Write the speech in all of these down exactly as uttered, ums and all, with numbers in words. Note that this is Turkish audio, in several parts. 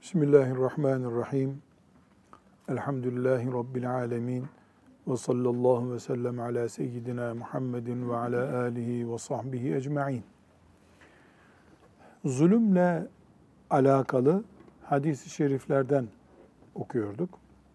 Bismillahirrahmanirrahim. Elhamdülillahi Rabbil alemin. Ve sallallahu ve sellem ala seyyidina Muhammedin ve ala alihi ve sahbihi ecma'in. Zulümle alakalı hadis-i şeriflerden okuyorduk.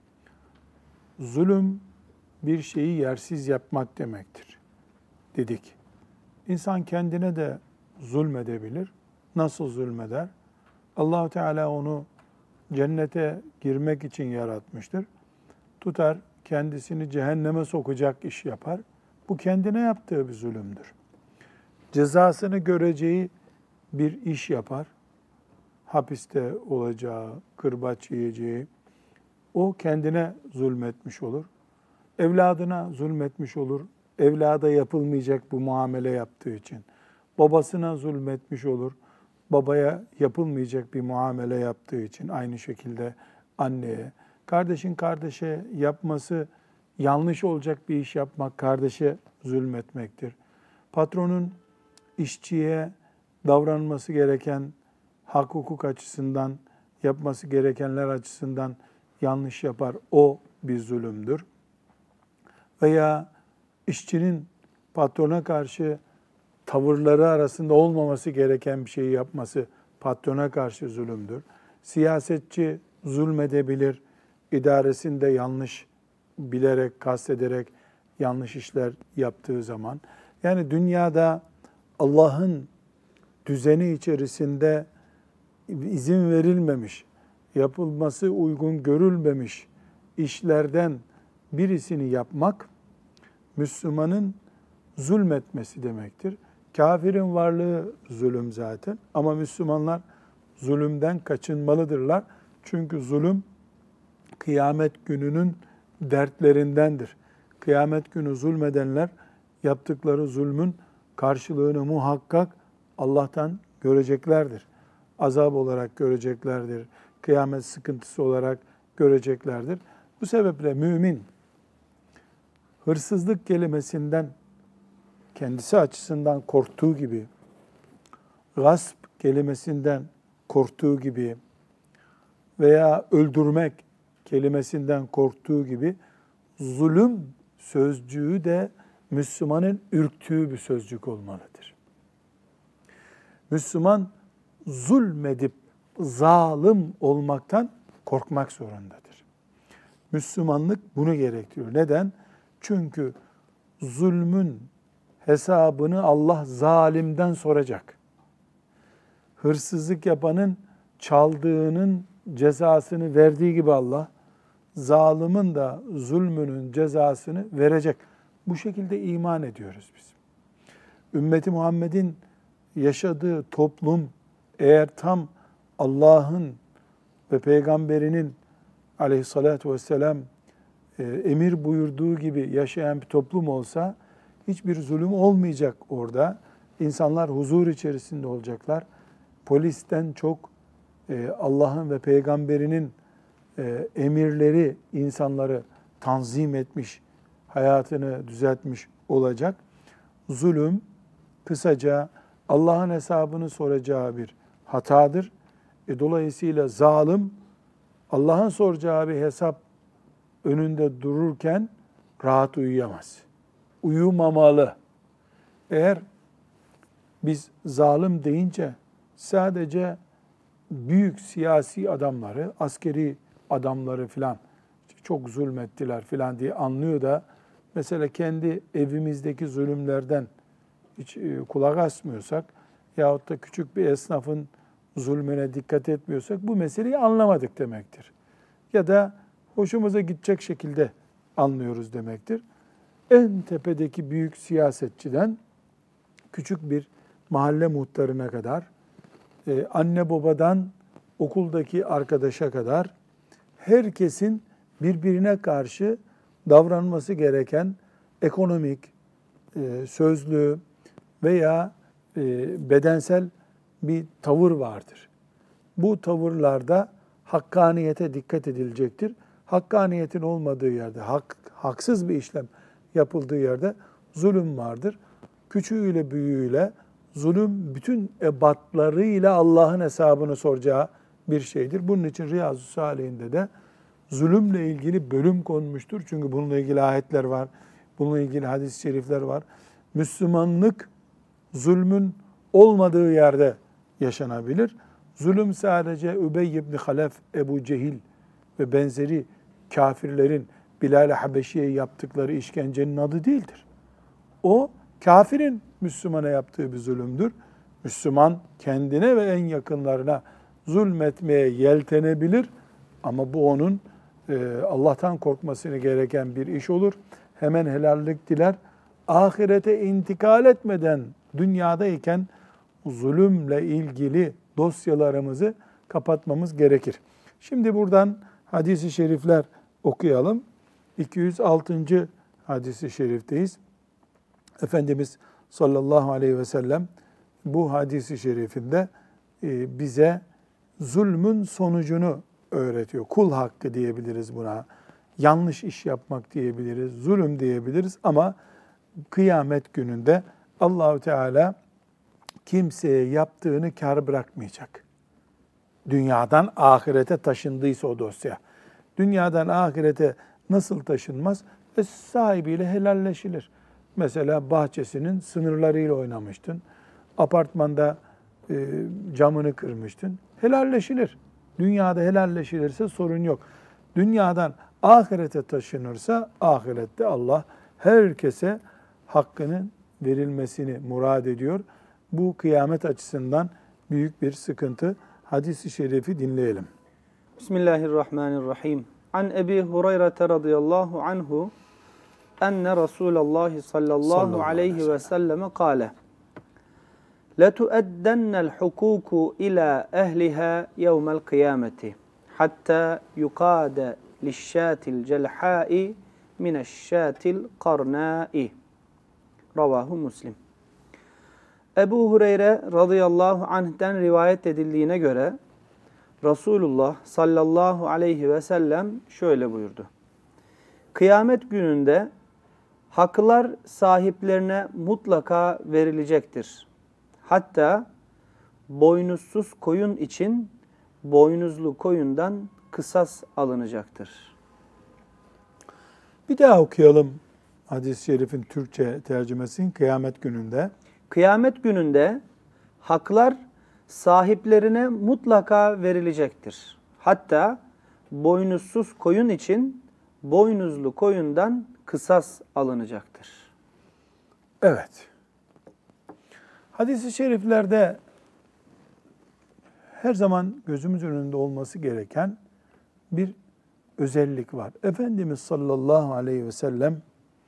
Zulüm bir şeyi yersiz yapmak demektir dedik. İnsan kendine de zulmedebilir. Nasıl zulmeder? Allah-u Teala onu cennete girmek için yaratmıştır. Tutar, kendisini cehenneme sokacak iş yapar. Bu kendine yaptığı bir zulümdür. Cezasını göreceği bir iş yapar. Hapiste olacağı, kırbaç yiyeceği. O kendine zulmetmiş olur. Evladına zulmetmiş olur. Evlada yapılmayacak bu muamele yaptığı için. Babasına zulmetmiş olur. Babaya yapılmayacak bir muamele yaptığı için, aynı şekilde anneye, kardeşin kardeşe yapması, yanlış olacak bir iş yapmak kardeşe zulmetmektir. Patronun işçiye davranması gereken, hak hukuk açısından, yapması gerekenler açısından yanlış yapar, o bir zulümdür. Veya işçinin patrona karşı tavırları arasında olmaması gereken bir şeyi yapması patrona karşı zulümdür. Siyasetçi zulmedebilir, idaresinde yanlış bilerek, kastederek yanlış işler yaptığı zaman. Yani dünyada Allah'ın düzeni içerisinde izin verilmemiş, yapılması uygun görülmemiş işlerden birisini yapmak, Müslümanın zulmetmesi demektir. Kafirin varlığı zulüm zaten ama Müslümanlar zulümden kaçınmalıdırlar. Çünkü zulüm kıyamet gününün dertlerindendir. Kıyamet günü zulmedenler yaptıkları zulmün karşılığını muhakkak Allah'tan göreceklerdir. Azap olarak göreceklerdir. Kıyamet sıkıntısı olarak göreceklerdir. Bu sebeple mümin hırsızlık kelimesinden kendisi açısından korktuğu gibi, gasp kelimesinden korktuğu gibi veya öldürmek kelimesinden korktuğu gibi zulüm sözcüğü de Müslümanın ürktüğü bir sözcük olmalıdır. Müslüman zulmedip zalim olmaktan korkmak zorundadır. Müslümanlık bunu gerektiriyor. Neden? Çünkü zulmün hesabını Allah zalimden soracak. Hırsızlık yapanın çaldığının cezasını verdiği gibi Allah, zalimin de zulmünün cezasını verecek. Bu şekilde iman ediyoruz biz. Ümmeti Muhammed'in yaşadığı toplum eğer tam Allah'ın ve Peygamberinin aleyhissalatü vesselam emir buyurduğu gibi yaşayan bir toplum olsa, hiçbir zulüm olmayacak orada. İnsanlar huzur içerisinde olacaklar. Polisten çok Allah'ın ve Peygamberinin emirleri insanları tanzim etmiş, hayatını düzeltmiş olacak. Zulüm kısaca Allah'ın hesabını soracağı bir hatadır. E, dolayısıyla zalim Allah'ın soracağı bir hesap önünde dururken rahat uyuyamaz. Uyumamalı. Eğer biz zalim deyince sadece büyük siyasi adamları, askeri adamları filan çok zulmettiler filan diye anlıyor da mesela kendi evimizdeki zulümlerden hiç kulak asmıyorsak yahut da küçük bir esnafın zulmüne dikkat etmiyorsak bu meseleyi anlamadık demektir. Ya da hoşumuza gidecek şekilde anlıyoruz demektir. En tepedeki büyük siyasetçiden küçük bir mahalle muhtarına kadar, anne babadan okuldaki arkadaşa kadar herkesin birbirine karşı davranması gereken ekonomik, sözlü veya bedensel bir tavır vardır. Bu tavırlarda hakkaniyete dikkat edilecektir. Hakkaniyetin olmadığı yerde, hak, haksız bir işlem yapıldığı yerde zulüm vardır. Küçüğüyle büyüğüyle zulüm bütün ebatlarıyla Allah'ın hesabını soracağı bir şeydir. Bunun için Riyazu Salihinde de zulümle ilgili bölüm konmuştur. Çünkü bununla ilgili ayetler var. Bununla ilgili hadis-i şerifler var. Müslümanlık zulmün olmadığı yerde yaşanabilir. Zulüm sadece Übey ibn Halef, Ebu Cehil ve benzeri kafirlerin Bilal-i Habeşi'ye yaptıkları işkencenin adı değildir. O kafirin Müslümana yaptığı bir zulümdür. Müslüman kendine ve en yakınlarına zulmetmeye yeltenebilir ama bu onun e, Allah'tan korkmasını gereken bir iş olur. Hemen helallik diler. Ahirete intikal etmeden dünyadayken zulümle ilgili dosyalarımızı kapatmamız gerekir. Şimdi buradan hadis-i şerifler okuyalım. iki yüz altıncı hadis-i şerifteyiz. Efendimiz sallallahu aleyhi ve sellem bu hadis-i şerifinde bize zulmün sonucunu öğretiyor. Kul hakkı diyebiliriz buna. Yanlış iş yapmak diyebiliriz, zulüm diyebiliriz ama kıyamet gününde Allahu Teala kimseye yaptığını kâr bırakmayacak. Dünyadan ahirete taşındıysa o dosya. Dünyadan ahirete nasıl taşınmaz? E, sahibiyle helalleşilir. Mesela bahçesinin sınırlarıyla oynamıştın. Apartmanda e, camını kırmıştın. Helalleşilir. Dünyada helalleşilirse sorun yok. Dünyadan ahirete taşınırsa ahirette Allah herkese hakkının verilmesini murad ediyor. Bu kıyamet açısından büyük bir sıkıntı. Hadis-i şerifi dinleyelim. Bismillahirrahmanirrahim. An Ebi Hureyre radıyallahu anhu enne Resulullah sallallahu aleyhi ve selleme kâle لَتُؤَدَّنَّ الْحُقُوقُ إِلَى أَهْلِهَا يَوْمَ الْقِيَامَةِ حَتَّى يُقَادَ لِلشَّاةِ الْجَلْحَاءِ مِنَ الشَّاةِ الْقَرْنَاءِ Ravahu Muslim. Ebu Hureyre radıyallahu anh'ten rivayet edildiğine göre Resulullah sallallahu aleyhi ve sellem şöyle buyurdu. Kıyamet gününde haklar sahiplerine mutlaka verilecektir. Hatta boynuzsuz koyun için boynuzlu koyundan kısas alınacaktır. Bir daha okuyalım hadis-i şerifin Türkçe tercümesini. Kıyamet gününde. Kıyamet gününde haklar sahiplerine mutlaka verilecektir. Hatta boynuzsuz koyun için boynuzlu koyundan kısas alınacaktır. Evet. Hadis-i şeriflerde her zaman gözümüz önünde olması gereken bir özellik var. Efendimiz sallallahu aleyhi ve sellem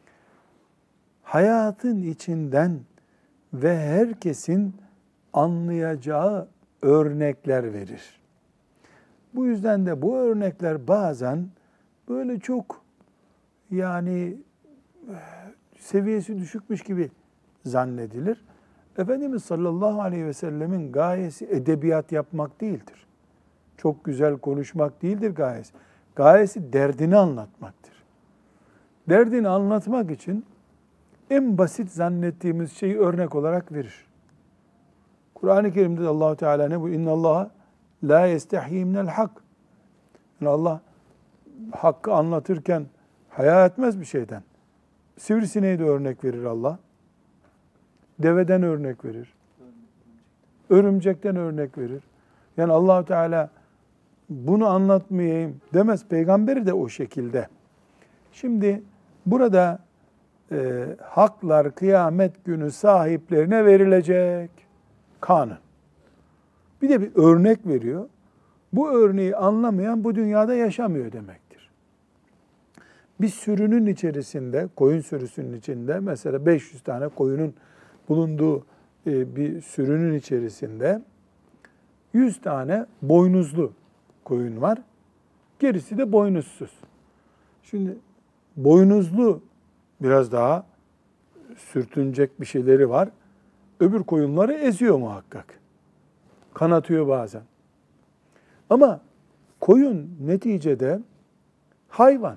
hayatın içinden ve herkesin anlayacağı örnekler verir. Bu yüzden de bu örnekler bazen böyle çok yani seviyesi düşükmüş gibi zannedilir. Efendimiz sallallahu aleyhi ve sellemin gayesi edebiyat yapmak değildir. Çok güzel konuşmak değildir gayesi. Gayesi derdini anlatmaktır. Derdini anlatmak için en basit zannettiğimiz şeyi örnek olarak verir. Kur'an-ı Kerim'de Allah Teala ne bu? İnnallaha la yestahyi minel hak. Yani Allah hakkı anlatırken haya etmez bir şeyden. Sivrisineği de örnek verir Allah. Deveden örnek verir. Örümcekten örnek verir. Yani Allah Teala bunu anlatmayayım demez. Peygamberi de o şekilde. Şimdi burada e, haklar kıyamet günü sahiplerine verilecek. Kanun. Bir de bir örnek veriyor. Bu örneği anlamayan bu dünyada yaşamıyor demektir. Bir sürünün içerisinde, koyun sürüsünün içinde mesela beş yüz tane koyunun bulunduğu bir sürünün içerisinde yüz tane boynuzlu koyun var. Gerisi de boynuzsuz. Şimdi boynuzlu biraz daha sürtünecek bir şeyleri var. Öbür koyunları eziyor muhakkak. Kanatıyor bazen. Ama koyun neticede hayvan.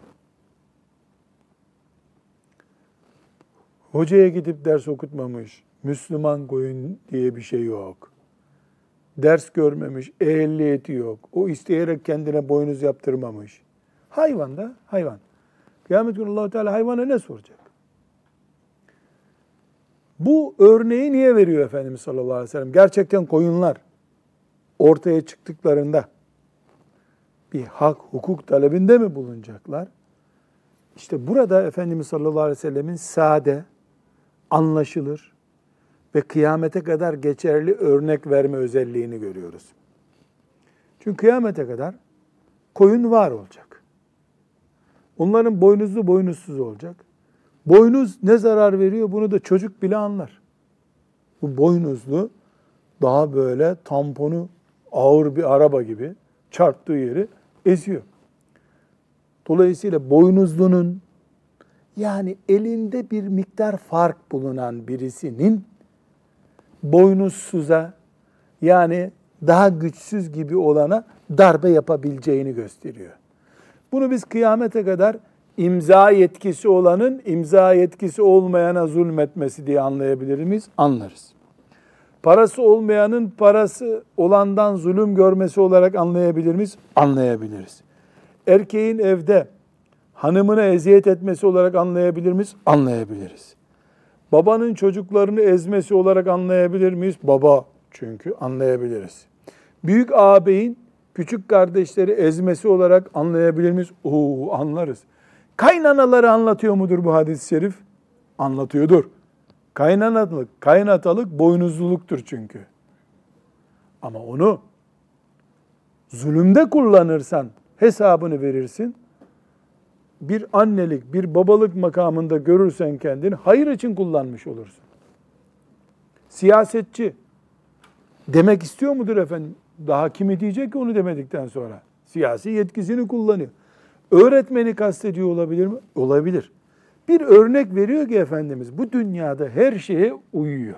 Hocaya gidip ders okutmamış, Müslüman koyun diye bir şey yok. ders görmemiş, ehliyeti yok. O isteyerek kendine boynuz yaptırmamış. Hayvan da hayvan. Kıyamet günü Allah-u Teala hayvana ne soracak? Bu örneği niye veriyor Efendimiz sallallahu aleyhi ve sellem? Gerçekten koyunlar ortaya çıktıklarında bir hak, hukuk talebinde mi bulunacaklar? İşte burada Efendimiz sallallahu aleyhi ve sellemin sade, anlaşılır ve kıyamete kadar geçerli örnek verme özelliğini görüyoruz. Çünkü kıyamete kadar koyun var olacak. Onların boynuzlu boynuzsuz olacak. Boynuz ne zarar veriyor bunu da çocuk bile anlar. Bu boynuzlu daha böyle tamponu ağır bir araba gibi çarptığı yeri eziyor. Dolayısıyla boynuzlunun yani elinde bir miktar fark bulunan birisinin boynuzsuza yani daha güçsüz gibi olana darbe yapabileceğini gösteriyor. Bunu biz kıyamete kadar imza yetkisi olanın imza yetkisi olmayana zulmetmesi diye anlayabilir miyiz? Anlarız. Parası olmayanın parası olandan zulüm görmesi olarak anlayabilir miyiz? Anlayabiliriz. Erkeğin evde hanımına eziyet etmesi olarak anlayabilir miyiz? Anlayabiliriz. Babanın çocuklarını ezmesi olarak anlayabilir miyiz? Baba çünkü anlayabiliriz. Büyük ağabeyin küçük kardeşleri ezmesi olarak anlayabilir miyiz? Oo, anlarız. Kaynanaları anlatıyor mudur bu hadis-i şerif? Anlatıyordur. Kaynanalık, kaynatalık boynuzluluktur çünkü. Ama onu zulümde kullanırsan hesabını verirsin. Bir annelik, bir babalık makamında görürsen kendini hayır için kullanmış olursun. Siyasetçi demek istiyor mudur efendim? Daha kimi diyecek ki onu demedikten sonra? Siyasi yetkisini kullanıyor. Öğretmeni kastediyor olabilir mi? Olabilir. Bir örnek veriyor ki Efendimiz bu dünyada her şeye uyuyor.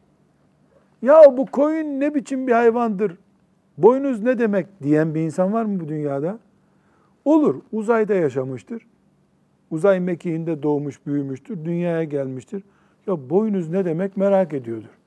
Ya bu koyun ne biçim bir hayvandır? Boynuz ne demek diyen bir insan var mı bu dünyada? Olur. Uzayda yaşamıştır. Uzay mekiğinde doğmuş, büyümüştür. Dünyaya gelmiştir. Ya boynuz ne demek merak ediyordur.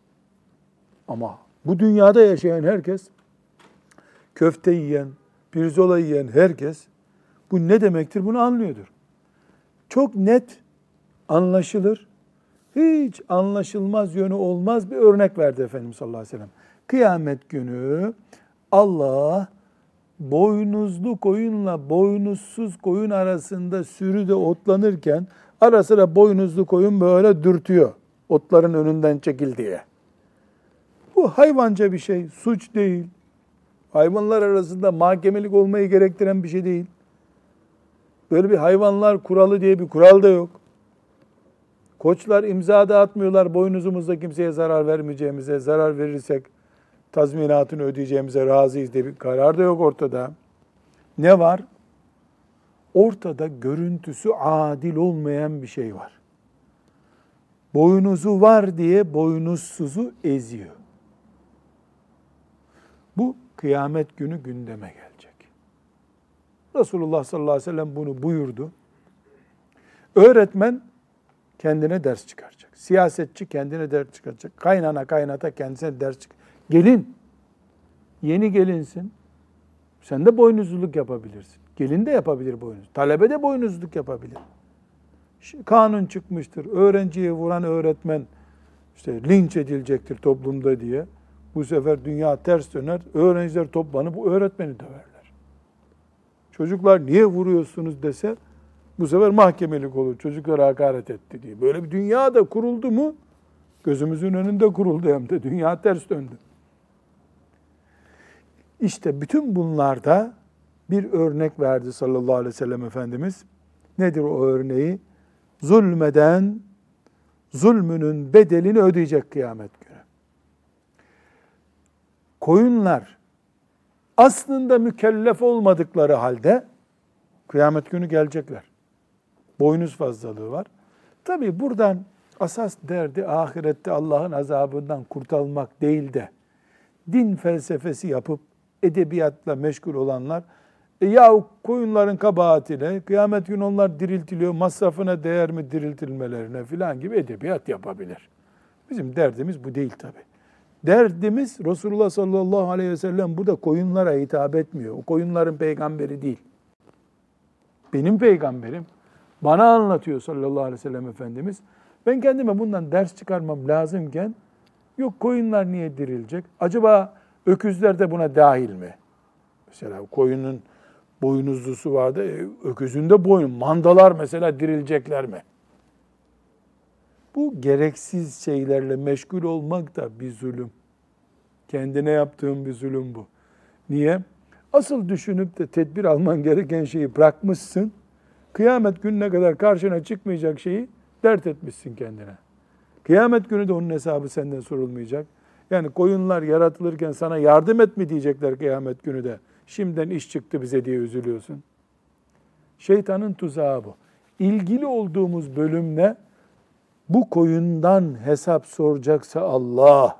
Ama bu dünyada yaşayan herkes, köfte yiyen, pirzola yiyen herkes bu ne demektir bunu anlıyordur. Çok net, anlaşılır, hiç anlaşılmaz yönü olmaz bir örnek verdi Efendimiz sallallahu aleyhi ve sellem. Kıyamet günü Allah boynuzlu koyunla boynuzsuz koyun arasında sürüde otlanırken ara sıra boynuzlu koyun böyle dürtüyor otların önünden çekil diye. Bu hayvanca bir şey, suç değil. Hayvanlar arasında mahkemelik olmayı gerektiren bir şey değil. Böyle bir hayvanlar kuralı diye bir kural da yok. Koçlar imza da atmıyorlar, boynuzumuzda kimseye zarar vermeyeceğimize, zarar verirsek tazminatını ödeyeceğimize razıyız diye bir karar da yok ortada. Ne var? Ortada görüntüsü adil olmayan bir şey var. Boynuzu var diye boynuzsuzu eziyor. Bu kıyamet günü gündeme gelecek. Resulullah sallallahu aleyhi ve sellem bunu buyurdu. Öğretmen kendine ders çıkaracak. Siyasetçi kendine ders çıkaracak. Kaynana kaynata kendisine ders çıkaracak. Gelin, yeni gelinsin. Sen de boynuzluluk yapabilirsin. Gelin de yapabilir boynuz. Talebe de boynuzluluk yapabilir. Kanun çıkmıştır. Öğrenciyi vuran öğretmen işte linç edilecektir toplumda diye. Bu sefer dünya ters döner. Öğrenciler toplanıp bu öğretmeni döverler. Çocuklar niye vuruyorsunuz dese bu sefer mahkemelik olur. Çocuklara hakaret etti diye. Böyle bir dünya da kuruldu mu? Gözümüzün önünde kuruldu hem de. Dünya ters döndü. İşte bütün bunlarda bir örnek verdi sallallahu aleyhi ve sellem Efendimiz. Nedir o örneği? Zulmeden zulmünün bedelini ödeyecek kıyamet günü. Koyunlar aslında mükellef olmadıkları halde kıyamet günü gelecekler. Boynuz fazlalığı var. Tabii buradan asas derdi ahirette Allah'ın azabından kurtulmak değil de din felsefesi yapıp edebiyatla meşgul olanlar e ya koyunların kabahatine kıyamet günü onlar diriltiliyor masrafına değer mi diriltilmelerine filan gibi edebiyat yapabilir. Bizim derdimiz bu değil tabii. Derdimiz Resulullah sallallahu aleyhi ve sellem burada koyunlara hitap etmiyor. O koyunların peygamberi değil. Benim peygamberim bana anlatıyor sallallahu aleyhi ve sellem Efendimiz. Ben kendime bundan ders çıkarmam lazımken yok koyunlar niye dirilecek? Acaba öküzler de buna dahil mi? Mesela koyunun boynuzlusu vardı. E, öküzün de boynu. Mandalar mesela dirilecekler mi? Bu gereksiz şeylerle meşgul olmak da bir zulüm. Kendine yaptığın bir zulüm bu. Niye? Asıl düşünüp de tedbir alman gereken şeyi bırakmışsın. Kıyamet gününe kadar karşına çıkmayacak şeyi dert etmişsin kendine. Kıyamet günü de onun hesabı senden sorulmayacak. Yani koyunlar yaratılırken sana yardım et mi diyecekler kıyamet günü de. Şimdiden iş çıktı bize diye üzülüyorsun. Şeytanın tuzağı bu. İlgili olduğumuz bölümle bu koyundan hesap soracaksa Allah,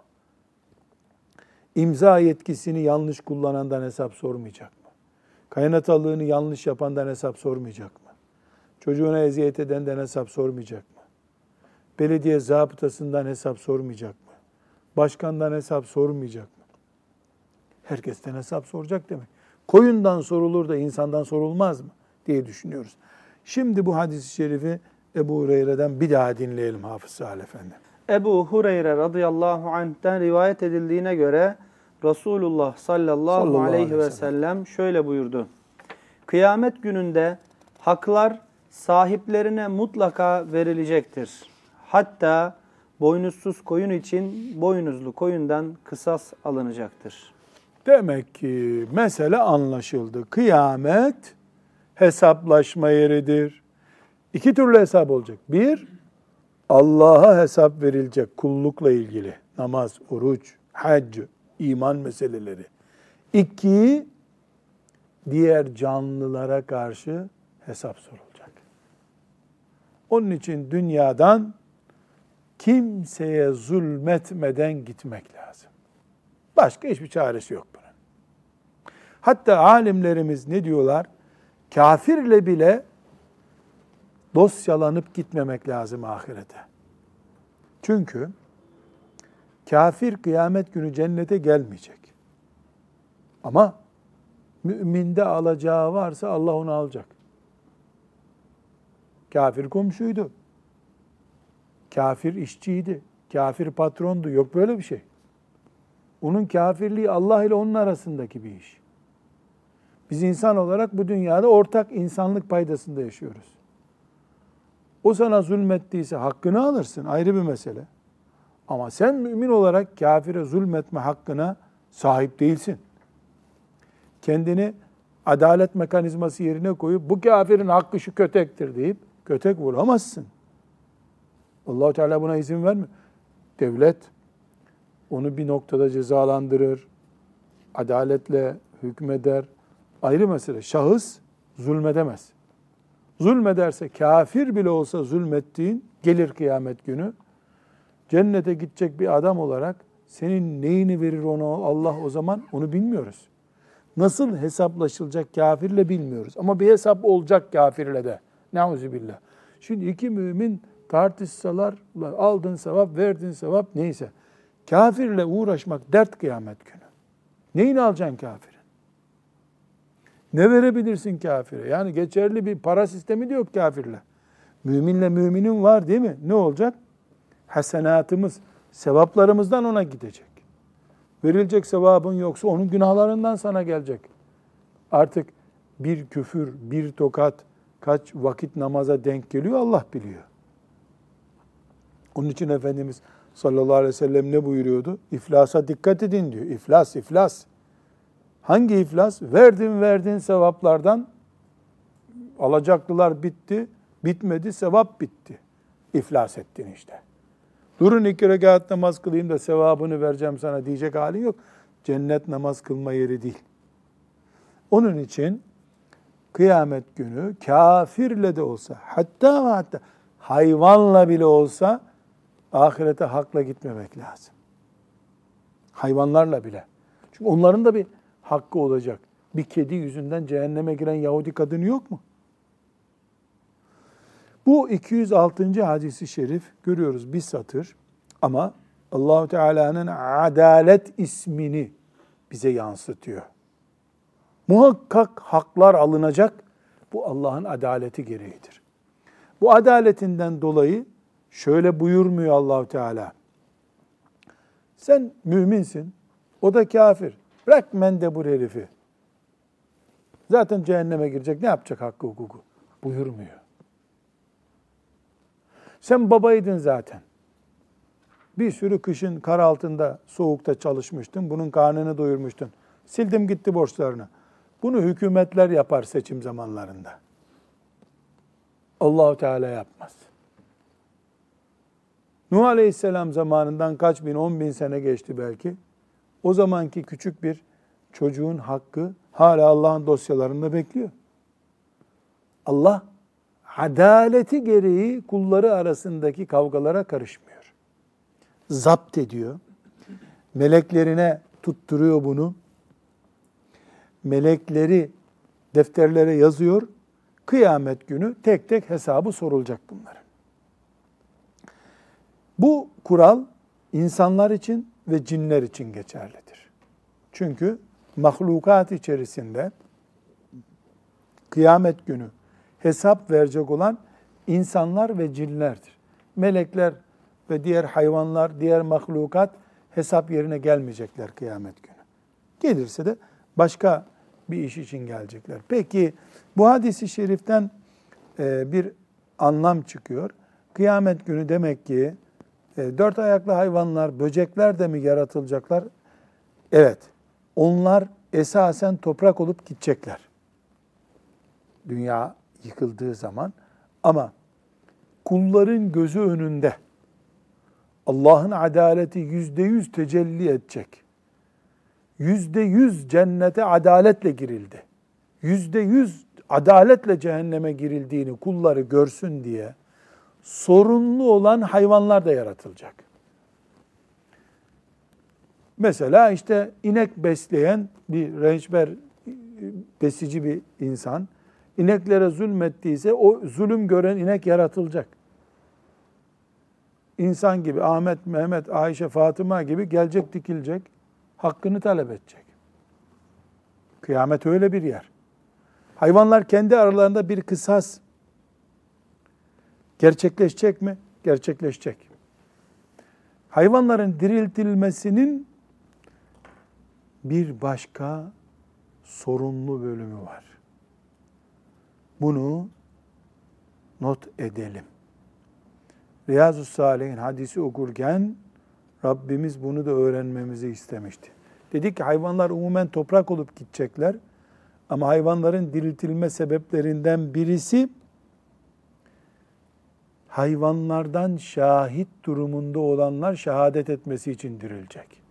imza yetkisini yanlış kullanandan hesap sormayacak mı? Kaynatalığını yanlış yapandan hesap sormayacak mı? Çocuğuna eziyet edenden hesap sormayacak mı? Belediye zabıtasından hesap sormayacak mı? Başkandan hesap sormayacak mı? Herkesten hesap soracak demek. Koyundan sorulur da insandan sorulmaz mı diye düşünüyoruz. Şimdi bu hadis-i şerifi Ebu Hureyre'den bir daha dinleyelim Hafız Salih Efendi. Ebu Hureyre radıyallahu anh'ten rivayet edildiğine göre Resulullah sallallahu, Sallallahu aleyhi aleyhi ve ve sellem şöyle buyurdu. Kıyamet gününde haklar sahiplerine mutlaka verilecektir. Hatta boynuzsuz koyun için boynuzlu koyundan kısas alınacaktır. Demek ki mesele anlaşıldı. Kıyamet hesaplaşma yeridir. İki türlü hesap olacak. Bir, Allah'a hesap verilecek kullukla ilgili. Namaz, oruç, hac, iman meseleleri. İki, diğer canlılara karşı hesap sorulacak. Onun için dünyadan kimseye zulmetmeden gitmek lazım. Başka hiçbir çaresi yok bunun. Hatta alimlerimiz ne diyorlar? Kafirle bile dosyalanıp gitmemek lazım ahirete. Çünkü kafir kıyamet günü cennete gelmeyecek. Ama müminde alacağı varsa Allah onu alacak. Kafir komşuydu. Kafir işçiydi. Kafir patrondu. Yok böyle bir şey. Onun kafirliği Allah ile onun arasındaki bir iş. Biz insan olarak bu dünyada ortak insanlık paydasında yaşıyoruz. O sana zulmettiyse hakkını alırsın, ayrı bir mesele. Ama sen mümin olarak kafire zulmetme hakkına sahip değilsin. Kendini adalet mekanizması yerine koyup bu kafirin hakkı şu kötektir deyip kötek vuramazsın. Allah-u Teala buna izin vermiyor. Devlet onu bir noktada cezalandırır, adaletle hükmeder. Ayrı mesele. Şahıs zulmedemez. Zulmederse, kafir bile olsa zulmettiğin gelir kıyamet günü. Cennete gidecek bir adam olarak senin neyini verir ona Allah o zaman onu bilmiyoruz. Nasıl hesaplaşılacak kafirle bilmiyoruz. Ama bir hesap olacak kafirle de. Neuzubillah. Şimdi iki mümin tartışsalar, aldın sevap, verdin sevap neyse. Kafirle uğraşmak dert kıyamet günü. Neyini alacaksın kafirin? Ne verebilirsin kafire? Yani geçerli bir para sistemi de yok kafirle. Müminle müminin var değil mi? Ne olacak? Hasenatımız, sevaplarımızdan ona gidecek. Verilecek sevabın yoksa onun günahlarından sana gelecek. Artık bir küfür, bir tokat kaç vakit namaza denk geliyor Allah biliyor. Onun için Efendimiz sallallahu aleyhi ve sellem ne buyuruyordu? İflasa dikkat edin diyor. İflas, iflas. Hangi iflas? Verdin verdin sevaplardan alacaklılar bitti, bitmedi, sevap bitti. İflas ettin işte. Durun iki rekat namaz kılayım da sevabını vereceğim sana diyecek halin yok. Cennet namaz kılma yeri değil. Onun için kıyamet günü kafirle de olsa, hatta ve hatta hayvanla bile olsa ahirete hakla gitmemek lazım. Hayvanlarla bile. Çünkü onların da bir hakkı olacak. Bir kedi yüzünden cehenneme giren Yahudi kadını yok mu? Bu iki yüz altıncı hadisi şerif görüyoruz bir satır ama Allah-u Teala'nın adalet ismini bize yansıtıyor. Muhakkak haklar alınacak. Bu Allah'ın adaleti gereğidir. Bu adaletinden dolayı şöyle buyurmuyor Allah-u Teala. Sen müminsin, o da kafir. Bırak mendebur herifi. Zaten cehenneme girecek, ne yapacak hakkı hukuku? Buyurmuyor. Sen babaydın zaten. Bir sürü kışın kar altında, soğukta çalışmıştın. Bunun karnını doyurmuştun. Sildim gitti borçlarını. Bunu hükümetler yapar seçim zamanlarında. Allah-u Teala yapmaz. Nuh Aleyhisselam zamanından kaç bin, on bin sene geçti belki. O zamanki küçük bir çocuğun hakkı hala Allah'ın dosyalarında bekliyor. Allah adaleti gereği kulları arasındaki kavgalara karışmıyor. Zapt ediyor. Meleklerine tutturuyor bunu. Melekleri defterlere yazıyor. Kıyamet günü tek tek hesabı sorulacak bunların. Bu kural insanlar için ve cinler için geçerlidir. Çünkü mahlukat içerisinde kıyamet günü hesap verecek olan insanlar ve cinlerdir. Melekler ve diğer hayvanlar, diğer mahlukat hesap yerine gelmeyecekler kıyamet günü. Gelirse de başka bir iş için gelecekler. Peki bu hadis-i şeriften bir anlam çıkıyor. Kıyamet günü demek ki dört ayaklı hayvanlar, böcekler de mi yaratılacaklar? Evet. Onlar esasen toprak olup gidecekler. Dünya yıkıldığı zaman. Ama kulların gözü önünde Allah'ın adaleti yüzde yüz tecelli edecek. Yüzde yüz cennete adaletle girildi. Yüzde yüz adaletle cehenneme girildiğini kulları görsün diye sorunlu olan hayvanlar da yaratılacak. Mesela işte inek besleyen bir rençber besici bir insan, ineklere zulmettiyse o zulüm gören inek yaratılacak. İnsan gibi Ahmet, Mehmet, Ayşe, Fatıma gibi gelecek, dikilecek, hakkını talep edecek. Kıyamet öyle bir yer. Hayvanlar kendi aralarında bir kısas gerçekleşecek mi? Gerçekleşecek. Hayvanların diriltilmesinin bir başka sorunlu bölümü var. Bunu not edelim. Riyazu Salihin hadisi okurken Rabbimiz bunu da öğrenmemizi istemişti. Dedik ki hayvanlar umumen toprak olup gidecekler. Ama hayvanların diriltilme sebeplerinden birisi hayvanlardan şahit durumunda olanlar şehadet etmesi için dirilecek.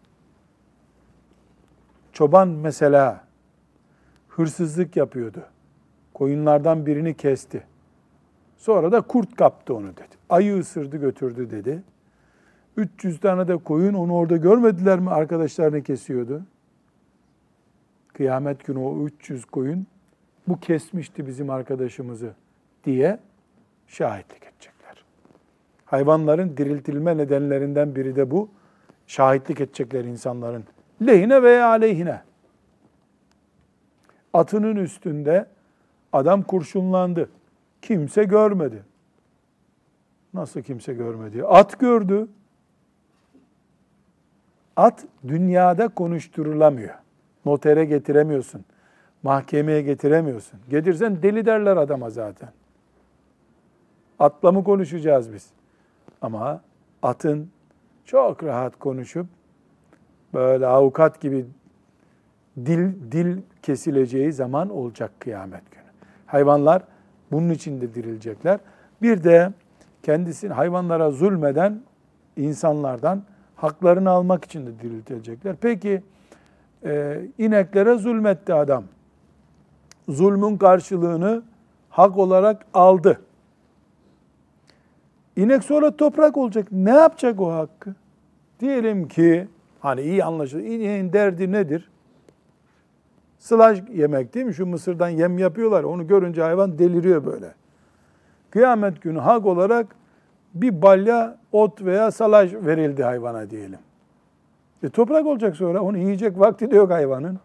Çoban mesela hırsızlık yapıyordu. Koyunlardan birini kesti. Sonra da kurt kaptı onu dedi. Ayı ısırdı götürdü dedi. üç yüz tane de koyun onu orada görmediler mi arkadaşlarını kesiyordu. Kıyamet günü o üç yüz koyun bu kesmişti bizim arkadaşımızı diye şahitlik edecekler. Hayvanların diriltilme nedenlerinden biri de bu. Şahitlik edecekler insanların lehine veya aleyhine. Atının üstünde adam kurşunlandı. Kimse görmedi. Nasıl kimse görmedi? At gördü. At dünyada konuşturulamıyor. Notere getiremiyorsun. Mahkemeye getiremiyorsun. Getirsen deli derler adama zaten. Atla mı konuşacağız biz? Ama atın çok rahat konuşup böyle avukat gibi dil dil kesileceği zaman olacak kıyamet günü. Hayvanlar bunun için de dirilecekler. Bir de kendisini hayvanlara zulmeden insanlardan haklarını almak için de diriltilecekler. Peki e, ineklere zulmetti adam. Zulmün karşılığını hak olarak aldı. İnek sonra toprak olacak. Ne yapacak o hakkı? Diyelim ki hani iyi anlaşılır. İneğin derdi nedir? Sılaj yemek değil mi? Şu mısırdan yem yapıyorlar. Onu görünce hayvan deliriyor böyle. Kıyamet günü hak olarak bir balya ot veya salaj verildi hayvana diyelim. E toprak olacak sonra, onu yiyecek vakti de yok hayvanın.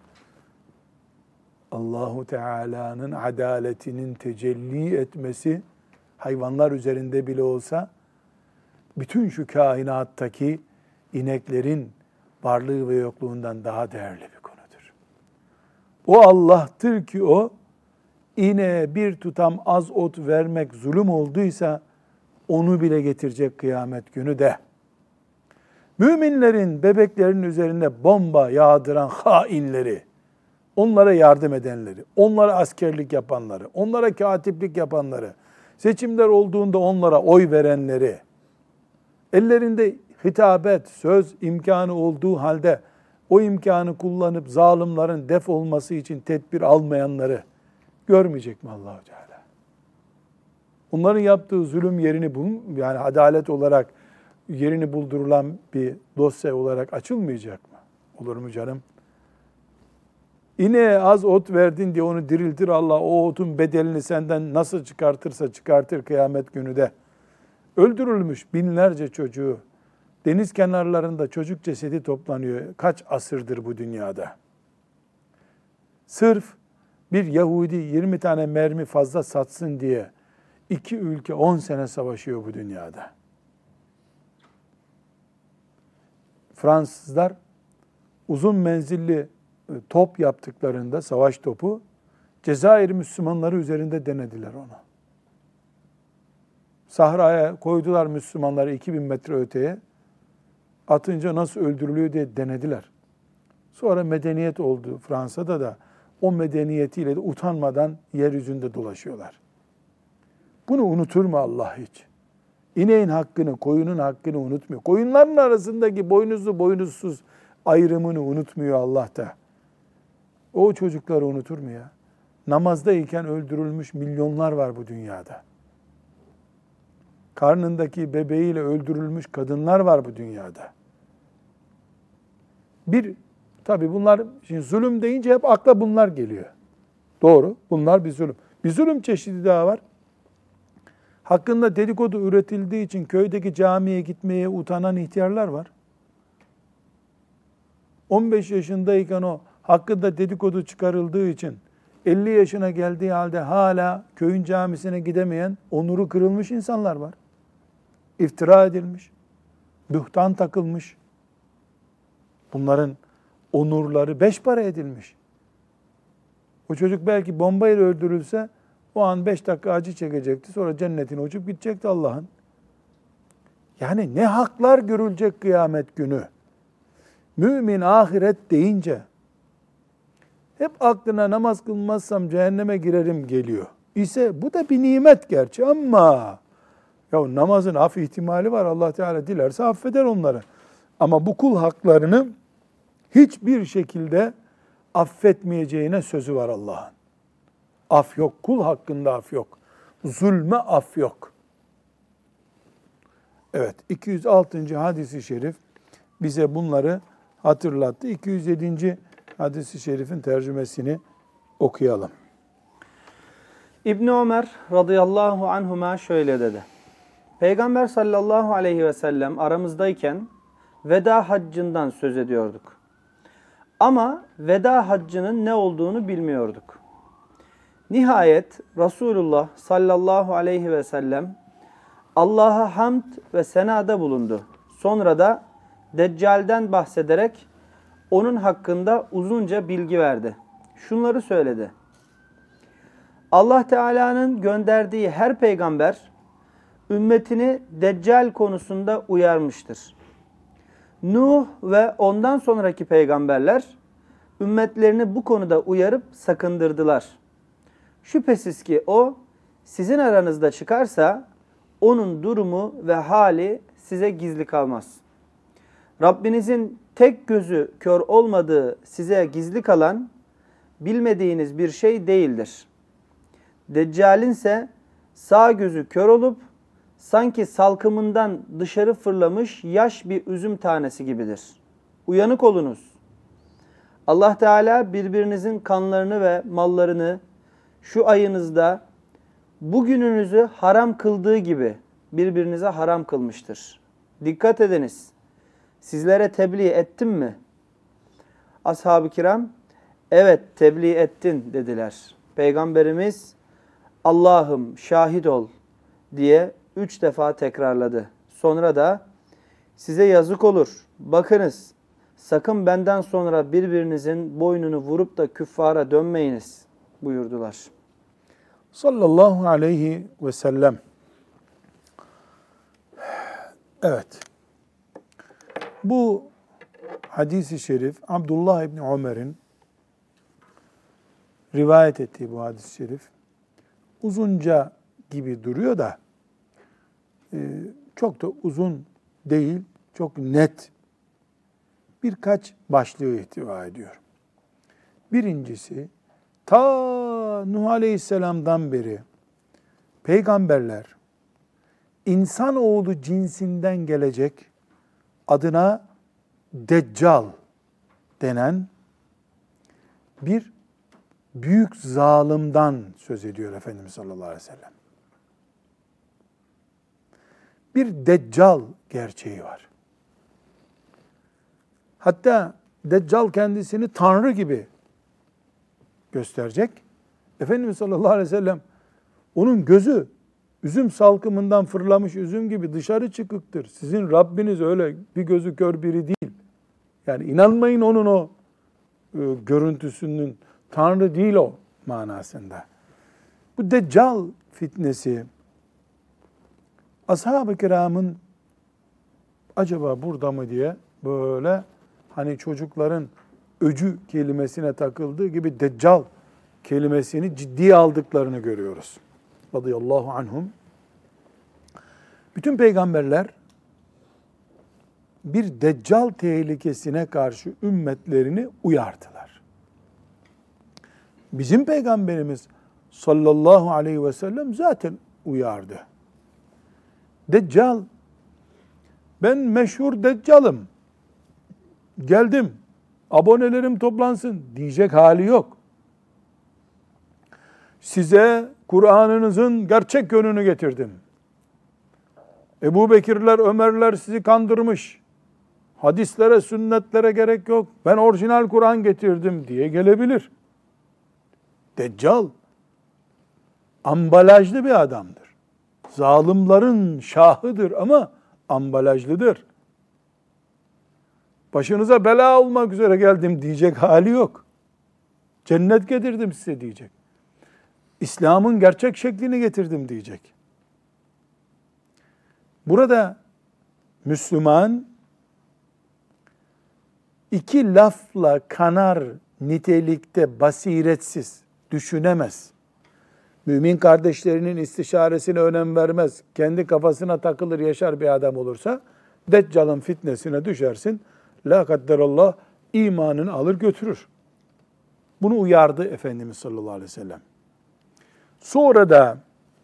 Allahu Teala'nın adaletinin tecelli etmesi hayvanlar üzerinde bile olsa bütün şu kainattaki ineklerin varlığı ve yokluğundan daha değerli bir konudur. O Allah'tır ki o ineğe bir tutam az ot vermek zulüm olduysa onu bile getirecek kıyamet günü de. Müminlerin bebeklerin üzerine bomba yağdıran hainleri, onlara yardım edenleri, onlara askerlik yapanları, onlara katiplik yapanları, seçimler olduğunda onlara oy verenleri, ellerinde hitabet, söz imkanı olduğu halde o imkanı kullanıp zalimlerin def olması için tedbir almayanları görmeyecek mi Allah-u Teala? Onların yaptığı zulüm yerini bul, yani adalet olarak yerini buldurulan bir dosya olarak açılmayacak mı? Olur mu canım? İneğe az ot verdin diye onu diriltir Allah. O otun bedelini senden nasıl çıkartırsa çıkartır kıyamet günü de. Öldürülmüş binlerce çocuğu, deniz kenarlarında çocuk cesedi toplanıyor. Kaç asırdır bu dünyada? Sırf bir Yahudi yirmi tane mermi fazla satsın diye iki ülke on sene savaşıyor bu dünyada. Fransızlar uzun menzilli top yaptıklarında, savaş topu, Cezayir Müslümanları üzerinde denediler onu. Sahraya koydular Müslümanları iki bin metre öteye, atınca nasıl öldürülüyor diye denediler. Sonra medeniyet oldu Fransa'da da, o medeniyetiyle de utanmadan yeryüzünde dolaşıyorlar. Bunu unutur mu Allah hiç? İneğin hakkını, koyunun hakkını unutmuyor. Koyunların arasındaki boynuzlu boynuzsuz ayrımını unutmuyor Allah da. O çocukları unutur mu ya? Namazdayken öldürülmüş milyonlar var bu dünyada. Karnındaki bebeğiyle öldürülmüş kadınlar var bu dünyada. Bir, tabii bunlar, şimdi zulüm deyince hep akla bunlar geliyor. Doğru, bunlar bir zulüm. Bir zulüm çeşidi daha var. Hakkında dedikodu üretildiği için köydeki camiye gitmeye utanan ihtiyarlar var. on beş yaşındayken o hakkında dedikodu çıkarıldığı için elli yaşına geldiği halde hala köyün camisine gidemeyen, onuru kırılmış insanlar var. İftira edilmiş, bühtan takılmış. Bunların onurları beş para edilmiş. O çocuk belki bombayla öldürülse o an beş dakika acı çekecekti. Sonra cennetine uçup gidecekti Allah'ın. Yani ne haklar görülecek kıyamet günü. Mümin ahiret deyince hep aklına namaz kılmazsam cehenneme girerim geliyor. İse bu da bir nimet gerçi ama ya namazın af ihtimali var. Allah Teala dilerse affeder onları. Ama bu kul haklarını hiçbir şekilde affetmeyeceğine sözü var Allah'ın. Af yok. Kul hakkında af yok. Zulme af yok. Evet, iki yüz altıncı hadisi şerif bize bunları hatırlattı. iki yüz yedinci hadisi şerifin tercümesini okuyalım. İbn Ömer radıyallahu anhuma şöyle dedi. Peygamber sallallahu aleyhi ve sellem aramızdayken veda haccından söz ediyorduk. Ama veda haccının ne olduğunu bilmiyorduk. Nihayet Resulullah sallallahu aleyhi ve sellem Allah'a hamd ve senada bulundu. Sonra da Deccal'den bahsederek onun hakkında uzunca bilgi verdi. Şunları söyledi. Allah Teala'nın gönderdiği her peygamber ümmetini Deccal konusunda uyarmıştır. Nuh ve ondan sonraki peygamberler ümmetlerini bu konuda uyarıp sakındırdılar. Şüphesiz ki o sizin aranızda çıkarsa onun durumu ve hali size gizli kalmaz. Rabbinizin tek gözü kör olmadığı size gizli kalan bilmediğiniz bir şey değildir. Deccal'in ise sağ gözü kör olup sanki salkımından dışarı fırlamış yaş bir üzüm tanesi gibidir. Uyanık olunuz. Allah Teala birbirinizin kanlarını ve mallarını şu ayınızda bugününüzü haram kıldığı gibi birbirinize haram kılmıştır. Dikkat ediniz. Sizlere tebliğ ettim mi? Ashab-ı kiram, evet tebliğ ettin dediler. Peygamberimiz, Allah'ım şahit ol diye üç defa tekrarladı. Sonra da size yazık olur. Bakınız, sakın benden sonra birbirinizin boynunu vurup da küffara dönmeyiniz buyurdular. Sallallahu aleyhi ve sellem. Evet. Bu hadis-i şerif Abdullah İbni Ömer'in rivayet ettiği bu hadis-i şerif uzunca gibi duruyor da e, çok da uzun değil, çok net birkaç başlığı ihtiva ediyor. Birincisi, ta Nuh Aleyhisselam'dan beri peygamberler insanoğlu cinsinden gelecek adına Deccal denen bir büyük zalimden söz ediyor Efendimiz sallallahu aleyhi ve sellem. Bir Deccal gerçeği var. Hatta Deccal kendisini Tanrı gibi gösterecek. Efendimiz sallallahu aleyhi ve sellem onun gözü üzüm salkımından fırlamış üzüm gibi dışarı çıkıktır. Sizin Rabbiniz öyle bir gözü kör biri değil. Yani inanmayın onun o e, görüntüsünün Tanrı değil o manasında. Bu Deccal fitnesi ashab-ı kiramın acaba burada mı diye böyle hani çocukların öcü kelimesine takıldığı gibi Deccal kelimesini ciddiye aldıklarını görüyoruz. Radıyallahu anhum. Bütün peygamberler bir Deccal tehlikesine karşı ümmetlerini uyardılar. Bizim peygamberimiz sallallahu aleyhi ve sellem zaten uyardı. Deccal, ben meşhur Deccal'ım, geldim, abonelerim toplansın diyecek hali yok. Size Kur'an'ınızın gerçek yönünü getirdim. Ebu Bekirler, Ömerler sizi kandırmış. Hadislere, sünnetlere gerek yok. Ben orijinal Kur'an getirdim diye gelebilir. Deccal, ambalajlı bir adamdır. Zalimlerin şahıdır ama ambalajlıdır. Başınıza bela olmak üzere geldim diyecek hali yok. Cennet getirdim size diyecek. İslam'ın gerçek şeklini getirdim diyecek. Burada Müslüman iki lafla kanar nitelikte basiretsiz, düşünemez. Mümin kardeşlerinin istişaresine önem vermez. Kendi kafasına takılır yaşar bir adam olursa Deccal'ın fitnesine düşersin. La kadderallah imanını alır götürür. Bunu uyardı Efendimiz sallallahu aleyhi ve sellem. Sonra da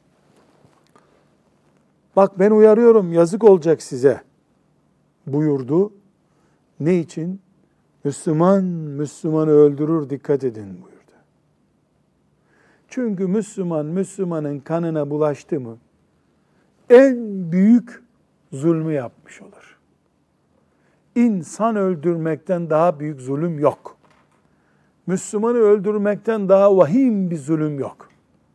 bak ben uyarıyorum yazık olacak size buyurdu. Ne için? Müslüman Müslümanı öldürür dikkat edin buyurdu. Çünkü Müslüman Müslümanın kanına bulaştı mı en büyük zulmü yapmış olur. İnsan öldürmekten daha büyük zulüm yok. Müslümanı öldürmekten daha vahim bir zulüm yok.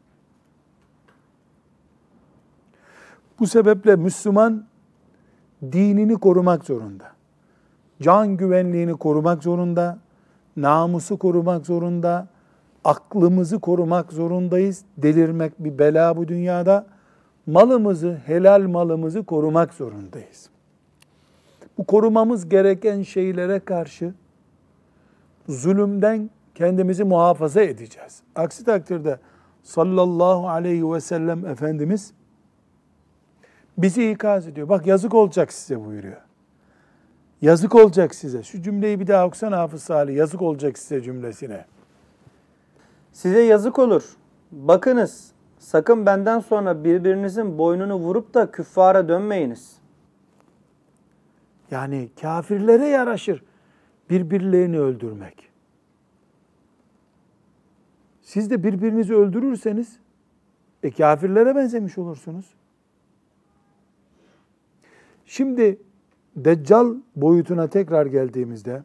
Bu sebeple Müslüman dinini korumak zorunda. Can güvenliğini korumak zorunda. Namusu korumak zorunda. Aklımızı korumak zorundayız. Delirmek bir bela bu dünyada. Malımızı, helal malımızı korumak zorundayız. Bu korumamız gereken şeylere karşı zulümden kendimizi muhafaza edeceğiz. Aksi takdirde sallallahu aleyhi ve sellem Efendimiz bizi ikaz ediyor. Bak yazık olacak size buyuruyor. Yazık olacak size. Şu cümleyi bir daha okusana Hafız Salih. Yazık olacak size cümlesine. Size yazık olur. Bakınız, sakın benden sonra birbirinizin boynunu vurup da küffara dönmeyiniz. Yani kafirlere yaraşır birbirlerini öldürmek. Siz de birbirinizi öldürürseniz e, kafirlere benzemiş olursunuz. Şimdi Deccal boyutuna tekrar geldiğimizde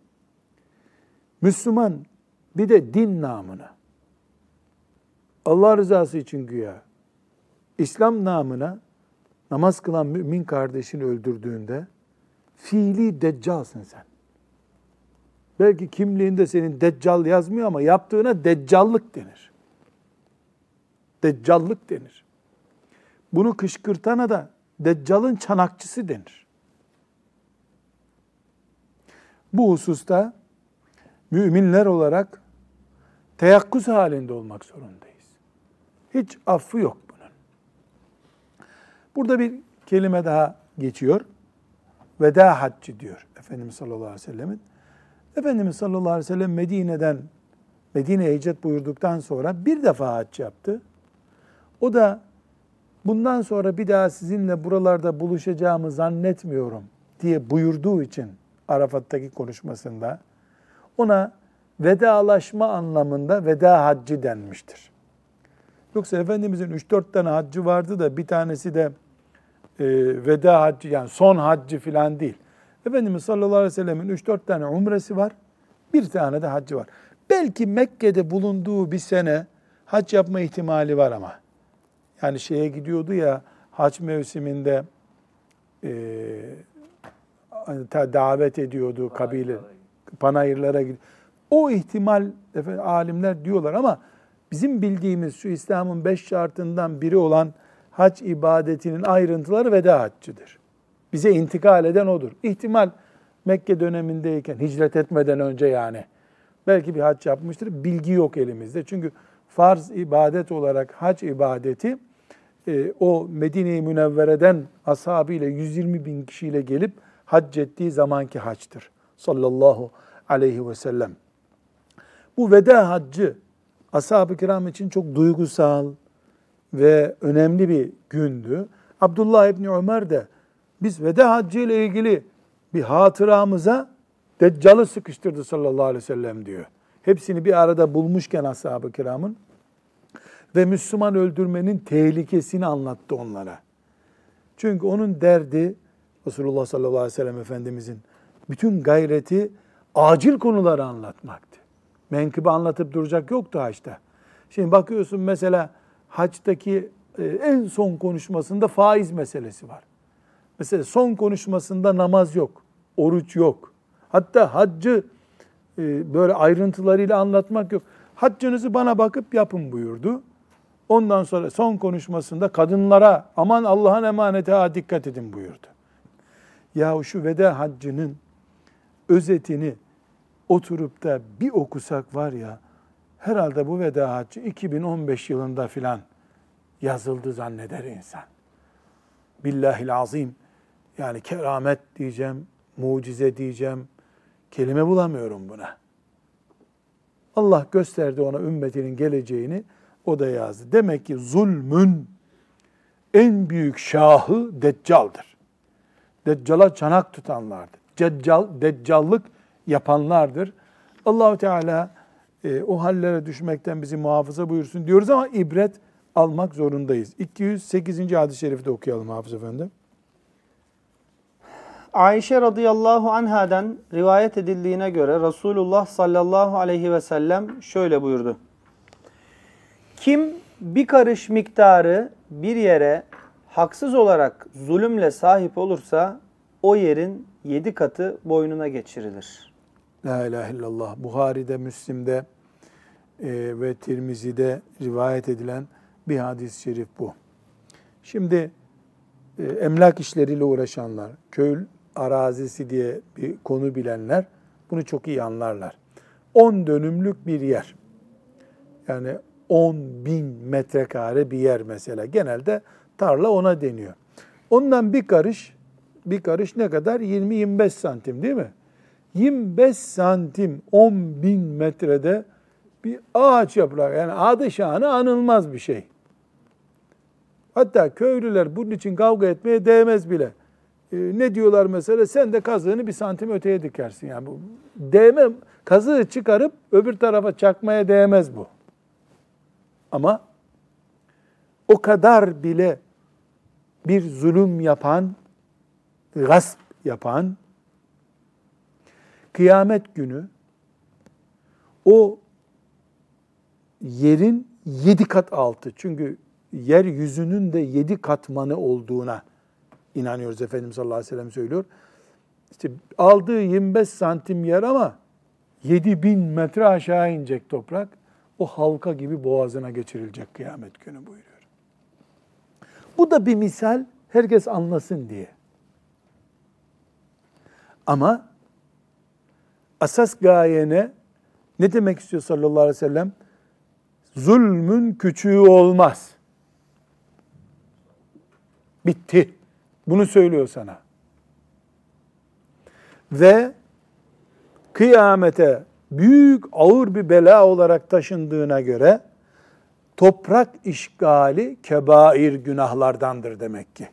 Müslüman bir de din namına, Allah rızası için güya, İslam namına namaz kılan mümin kardeşini öldürdüğünde fiili deccalsın sen. Belki kimliğinde senin deccal yazmıyor ama yaptığına deccallık denir. Deccallık denir. Bunu kışkırtana da deccalın çanakçısı denir. Bu hususta müminler olarak teyakkuz halinde olmak zorundayız. Hiç affı yok bunun. Burada bir kelime daha geçiyor. Veda haccı diyor Efendimiz sallallahu aleyhi ve sellemin. Efendimiz sallallahu aleyhi ve sellem Medine'den, Medine'ye hicret buyurduktan sonra bir defa hac yaptı. O da bundan sonra bir daha sizinle buralarda buluşacağımı zannetmiyorum diye buyurduğu için Arafat'taki konuşmasında ona vedalaşma anlamında veda haccı denmiştir. Yoksa Efendimizin üç dört tane haccı vardı da bir tanesi de e, veda haccı, yani son haccı filan değil. Efendimiz sallallahu aleyhi ve sellemin üç dört tane umresi var, bir tane de haccı var. Belki Mekke'de bulunduğu bir sene hac yapma ihtimali var ama. Yani şeye gidiyordu ya, hac mevsiminde e, davet ediyordu kabile, panayırlara gidiyor. O ihtimal efendim, alimler diyorlar ama bizim bildiğimiz şu İslam'ın beş şartından biri olan hac ibadetinin ayrıntıları veda haccıdır. Bize intikal eden odur. İhtimal Mekke dönemindeyken, hicret etmeden önce yani belki bir hac yapmıştır. Bilgi yok elimizde. Çünkü farz ibadet olarak hac ibadeti e, o Medine-i Münevvere'den ashabıyla yüz yirmi bin kişiyle gelip hac ettiği zamanki haçtır. Sallallahu aleyhi ve sellem. Bu veda haccı ashab-ı kiram için çok duygusal ve önemli bir gündü. Abdullah İbni Ömer de biz veda haccı ile ilgili bir hatıramıza Deccal'ı sıkıştırdı sallallahu aleyhi ve sellem diyor. Hepsini bir arada bulmuşken ashab-ı kiramın ve Müslüman öldürmenin tehlikesini anlattı onlara. Çünkü onun derdi Resulullah sallallahu aleyhi ve sellem Efendimizin bütün gayreti acil konuları anlatmaktı. Menkıbe anlatıp duracak yoktu haçta. Şimdi bakıyorsun mesela haçtaki en son konuşmasında faiz meselesi var. Mesela son konuşmasında namaz yok, oruç yok. Hatta haccı böyle ayrıntılarıyla anlatmak yok. Haccınızı bana bakıp yapın buyurdu. Ondan sonra son konuşmasında kadınlara aman Allah'ın emaneti ha dikkat edin buyurdu. Yahu şu veda haccının özetini oturup da bir okusak var ya, herhalde bu veda haccı iki bin on beş yılında filan yazıldı zanneder insan. Billahil azim, yani keramet diyeceğim, mucize diyeceğim, kelime bulamıyorum buna. Allah gösterdi ona ümmetinin geleceğini, o da yazdı. Demek ki zulmün en büyük şahı Deccal'dır. Deccal'a çanak tutanlardır. Deccal, deccallık yapanlardır. Allah-u Teala e, o hallere düşmekten bizi muhafaza buyursun diyoruz ama ibret almak zorundayız. iki yüz sekizinci hadis-i şerifi de okuyalım Hafız Efendi. Ayşe radıyallahu anhadan rivayet edildiğine göre Resulullah sallallahu aleyhi ve sellem şöyle buyurdu. Kim bir karış miktarı bir yere haksız olarak zulümle sahip olursa o yerin yedi katı boynuna geçirilir. La ilahe illallah. Buhari'de, Müslim'de e, ve Tirmizi'de rivayet edilen bir hadis-i şerif bu. Şimdi e, emlak işleriyle uğraşanlar, köy arazisi diye bir konu bilenler bunu çok iyi anlarlar. on dönümlük bir yer. Yani on bin metrekare bir yer mesela. Genelde tarla ona deniyor. Ondan bir karış, bir karış ne kadar? yirmi yirmi beş santim değil mi? yirmi beş santim on bin metrede bir ağaç yaprağı. Yani adı şanı anılmaz bir şey. Hatta köylüler bunun için kavga etmeye değmez bile. Ee, ne diyorlar mesela? Sen de kazığını bir santim öteye dikersin. Yani bu değmem. Kazığı çıkarıp öbür tarafa çakmaya değmez bu. Ama o kadar bile bir zulüm yapan gasp yapan, kıyamet günü o yerin yedi kat altı, çünkü yeryüzünün de yedi katmanı olduğuna inanıyoruz. Efendimiz sallallahu aleyhi ve sellem söylüyor. İşte aldığı yirmi beş santim yer ama yedi bin metre aşağı inecek toprak. O halka gibi boğazına geçirilecek kıyamet günü buyuruyor. Bu da bir misal, herkes anlasın diye. Ama asas gayene ne demek istiyor sallallahu aleyhi ve sellem? Zulmün küçüğü olmaz. Bitti. Bunu söylüyor sana. Ve kıyamete büyük, ağır bir bela olarak taşındığına göre toprak işgali kebair günahlardandır demek ki.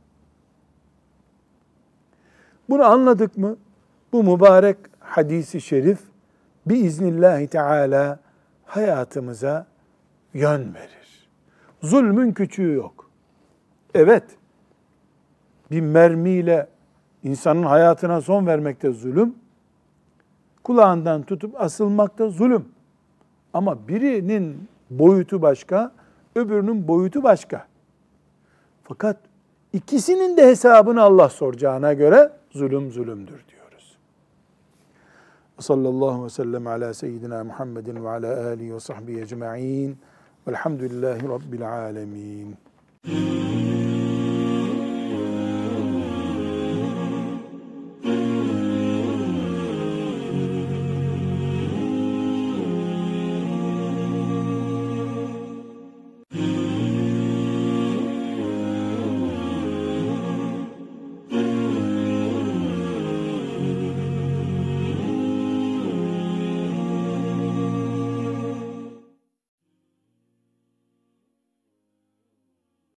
Bunu anladık mı? Bu mübarek hadisi şerif biiznillahü teala hayatımıza yön verir. Zulmün küçüğü yok. Evet, bir mermiyle insanın hayatına son vermekte zulüm, kulağından tutup asılmakta zulüm. Ama birinin boyutu başka, öbürünün boyutu başka. Fakat ikisinin de hesabını Allah soracağına göre zulüm zulümdür diyoruz. Sallallahu aleyhi ve sellem ala seyyidina Muhammedin ve ala alihi ve sahbihi ecma'in. Velhamdülillahi Rabbil alemin.